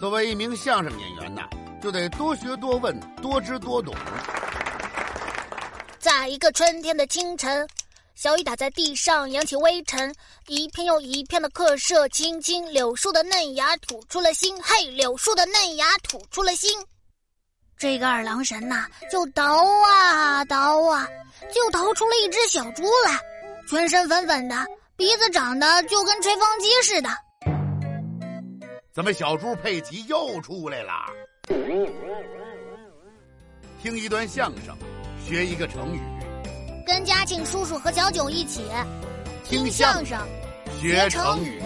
作为一名相声演员就得多学多问，多知多懂。 在一个春天的清晨，小雨打在地上，扬起微尘，一片又一片的刻射，轻轻柳树的嫩芽吐出了心，嘿，柳树的嫩芽吐出了心。这个二郎神就捣啊捣啊，就捣出了一只小猪来，全身粉粉的，鼻子长得就跟吹风机似的。 怎么小猪佩奇又出来了？听一段相声，学一个成语， 跟嘉庆叔叔和小九一起听相声学成语。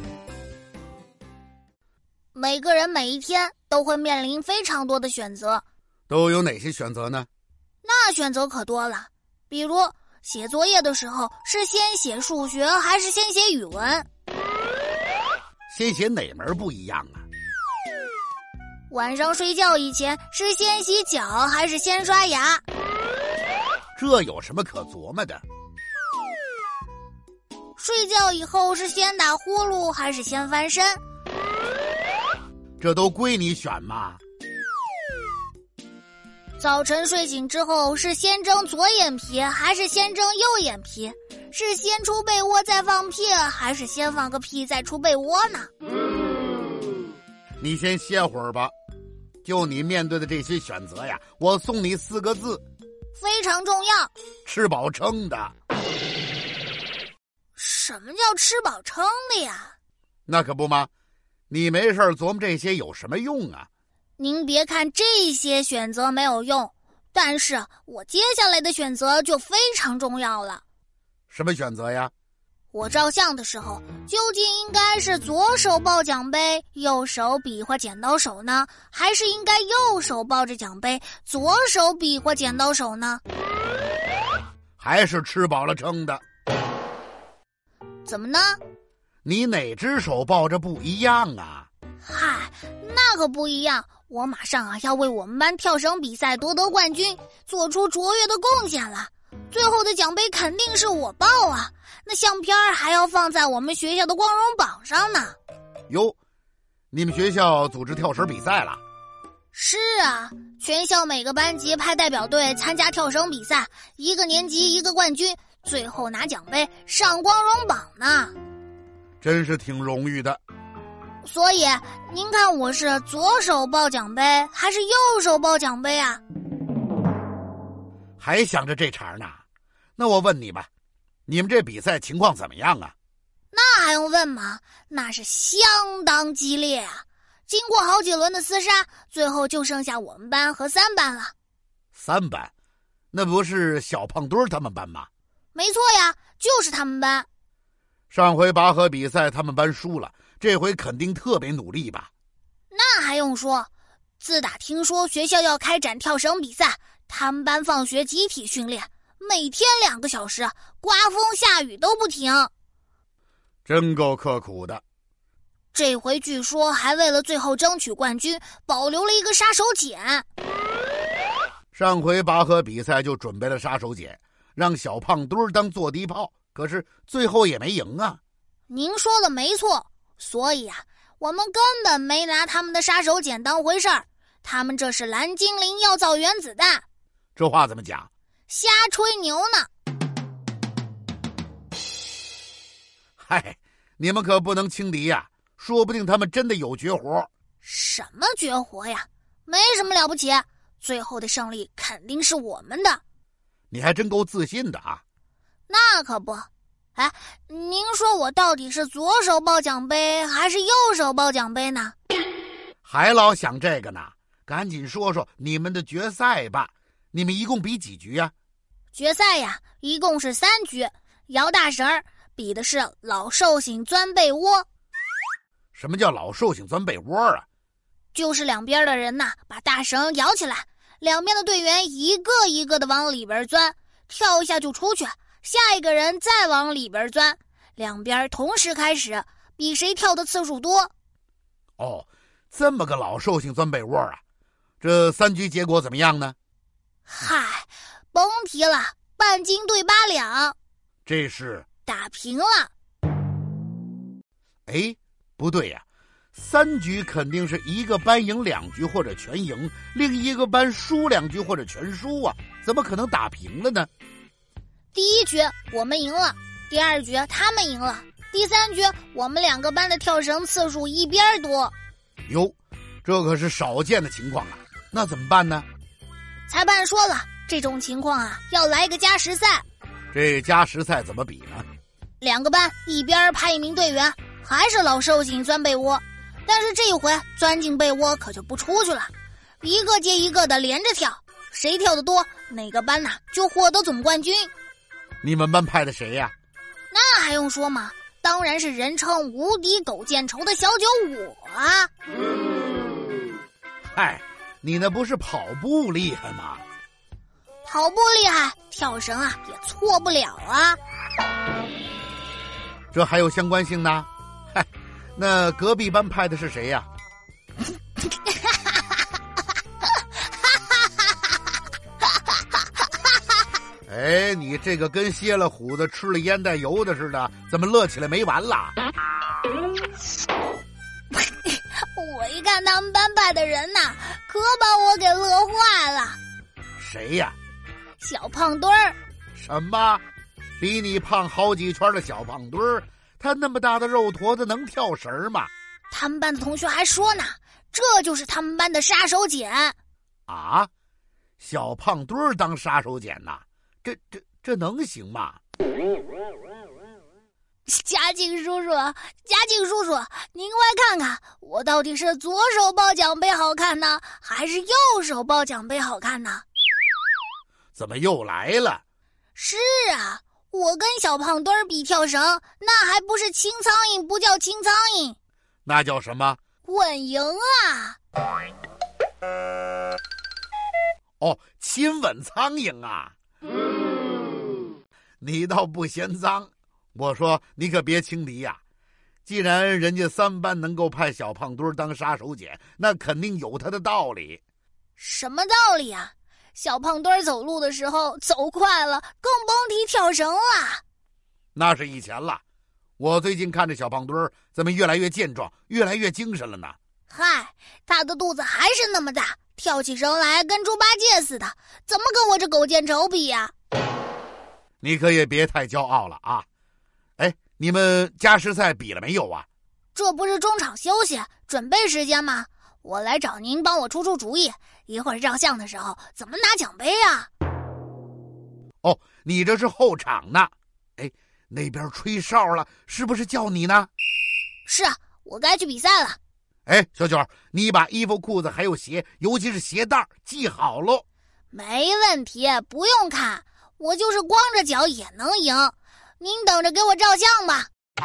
每个人每一天都会面临非常多的选择， 都有哪些选择呢？ 那选择可多了，比如写作业的时候是先写数学还是先写语文？ 先写哪门不一样啊？ 晚上睡觉以前是先洗脚还是先刷牙？ 这有什么可琢磨的？ 睡觉以后是先打呼噜还是先翻身？ 这都归你选嘛。 早晨睡醒之后是先睁左眼皮还是先睁右眼皮？是先出被窝再放屁还是先放个屁再出被窝呢？ 你先歇会儿吧。就你面对的这些选择我送你4个字， 非常重要， 吃饱撑的。 什么叫吃饱撑的呀？ 那可不吗？你没事琢磨这些有什么用啊？ 您别看这些选择没有用，但是我接下来的选择就非常重要了。 什么选择呀？ 我照相的时候究竟应该是左手抱奖杯，右手比划剪刀手呢，还是应该右手抱着奖杯，左手比划剪刀手呢？ 还是吃饱了撑的。 怎么呢？ 你哪只手抱着不一样啊？ 嗨，那可不一样，我马上要为我们班跳绳比赛夺得冠军，做出卓越的贡献了。最后的奖杯肯定是我抱啊，那相片还要放在我们学校的光荣榜上呢。 哟，你们学校组织跳绳比赛了？ 是啊，全校每个班级派代表队参加跳绳比赛，一个年级一个冠军，最后拿奖杯上光荣榜呢。 真是挺荣誉的。 所以您看我是左手抱奖杯还是右手抱奖杯啊？ 还想着这茬呢？那我问你吧，你们这比赛情况怎么样啊？ 那还用问吗？那是相当激烈啊！经过好几轮的厮杀，最后就剩下我们班和3班了。 3班？那不是小胖墩他们班吗？ 没错呀，就是他们班。 上回拔河比赛他们班输了，这回肯定特别努力吧？ 那还用说，自打听说学校要开展跳绳比赛，他们班放学集体训练，每天2个小时，刮风下雨都不停。 真够刻苦的。 这回据说还为了最后争取冠军，保留了一个杀手锏。 上回拔河比赛就准备了杀手锏，让小胖墩当坐地炮，可是最后也没赢啊。 您说的没错，所以我们根本没拿他们的杀手锏当回事儿，他们这是蓝精灵要造原子弹。 这话怎么讲？ 瞎吹牛呢。 嗨，你们可不能轻敌呀，说不定他们真的有绝活。 什么绝活呀？没什么了不起，最后的胜利肯定是我们的。 你还真够自信的啊。 那可不。您说我到底是左手抱奖杯还是右手抱奖杯呢？ 还老想这个呢？赶紧说说你们的决赛吧。你们一共比几局啊？ 决赛一共是3局，摇大绳比的是老寿星钻被窝。 什么叫老寿星钻被窝啊？ 就是两边的人把大绳摇起来，两边的队员一个一个的往里边钻，跳一下就出去，下一个人再往里边钻，两边同时开始，比谁跳的次数多。 哦，这么个老寿星钻被窝啊！这3局结果怎么样呢？ 嗨，甭提了，半斤对8两。 这是打平了。 哎，不对呀 3局肯定是一个班赢2局或者全赢，另一个班输2局或者全输啊，怎么可能打平了呢？ 第1局我们赢了，第2局他们赢了，第3局我们2个班的跳绳次数一边多。 哟，这可是少见的情况啊，那怎么办呢？ 裁判说了，这种情况啊，要来个加时赛。 这加时赛怎么比呢 ？2个班一边派1名队员，还是老寿星钻被窝，但是这一回钻进被窝可就不出去了，一个接一个的连着跳，谁跳得多，哪个班呐就获得总冠军。 你们班派的谁呀？ 那还用说吗？当然是人称无敌狗见愁的小九我啊！ 嗨，你那不是跑步厉害吗？ 跑步厉害，跳绳啊也错不了啊。 这还有相关性呢？嗨，那隔壁班派的是谁呀？哎，你这个跟歇了虎子吃了烟袋油的似的，怎么乐起来没完了？ 我一看他们班派的人呐，可把我给乐坏了。 谁呀？ 小胖墩儿。 什么？比你胖好几圈的小胖墩儿，他那么大的肉坨子能跳绳吗？ 他们班的同学还说呢，这就是他们班的杀手锏。 啊，小胖墩儿当杀手锏呐？这能行吗？ 嘉靖叔叔，您快看看，我到底是左手抱奖杯好看呢，还是右手抱奖杯好看呢？ 怎么又来了？ 是啊，我跟小胖墩儿比跳绳，那还不是清苍蝇不叫清苍蝇， 那叫什么？ 稳赢啊！ 哦，亲吻苍蝇啊！你倒不嫌脏，我说你可别轻敌呀。既然人家3班能够派小胖墩当杀手锏，那肯定有他的道理。 什么道理啊？小胖墩走路的时候走快了，更甭提跳绳了。 那是以前了，我最近看着小胖墩怎么越来越健壮，越来越精神了呢？ 嗨，他的肚子还是那么大，跳起绳来跟猪八戒似的，怎么跟我这狗见愁比呀？ 你可也别太骄傲了啊！哎，你们加时赛比了没有啊？ 这不是中场休息准备时间吗？我来找您帮我出主意，一会儿照相的时候怎么拿奖杯啊？ 哦，你这是后场呢。哎，那边吹哨了，是不是叫你呢？ 是啊，我该去比赛了。 哎，小九，你把衣服、裤子还有鞋，尤其是鞋带系好喽。 没问题，不用看，我就是光着脚也能赢。您等着给我照相吧。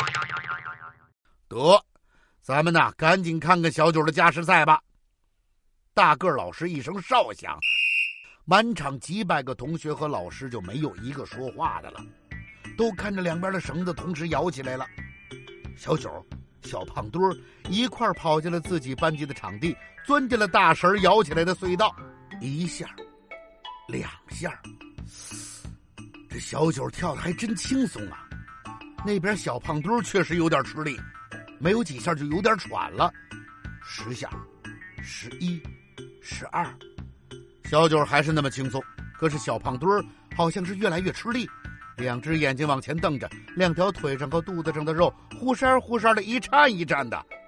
得，咱们呐，赶紧看看小九的加时赛吧。大个老师一声哨响，满场几百个同学和老师就没有一个说话的了，都看着两边的绳子同时摇起来了。小九、小胖墩一块跑进了自己班级的场地，钻进了大绳摇起来的隧道，一下2下，这小九跳得还真轻松啊。那边小胖墩确实有点吃力，没有几下就有点喘了。10下、11、12，小九还是那么轻松，可是小胖墩好像是越来越吃力，两只眼睛往前瞪着，两条腿上和肚子上的肉忽闪忽闪的一颤一颤的。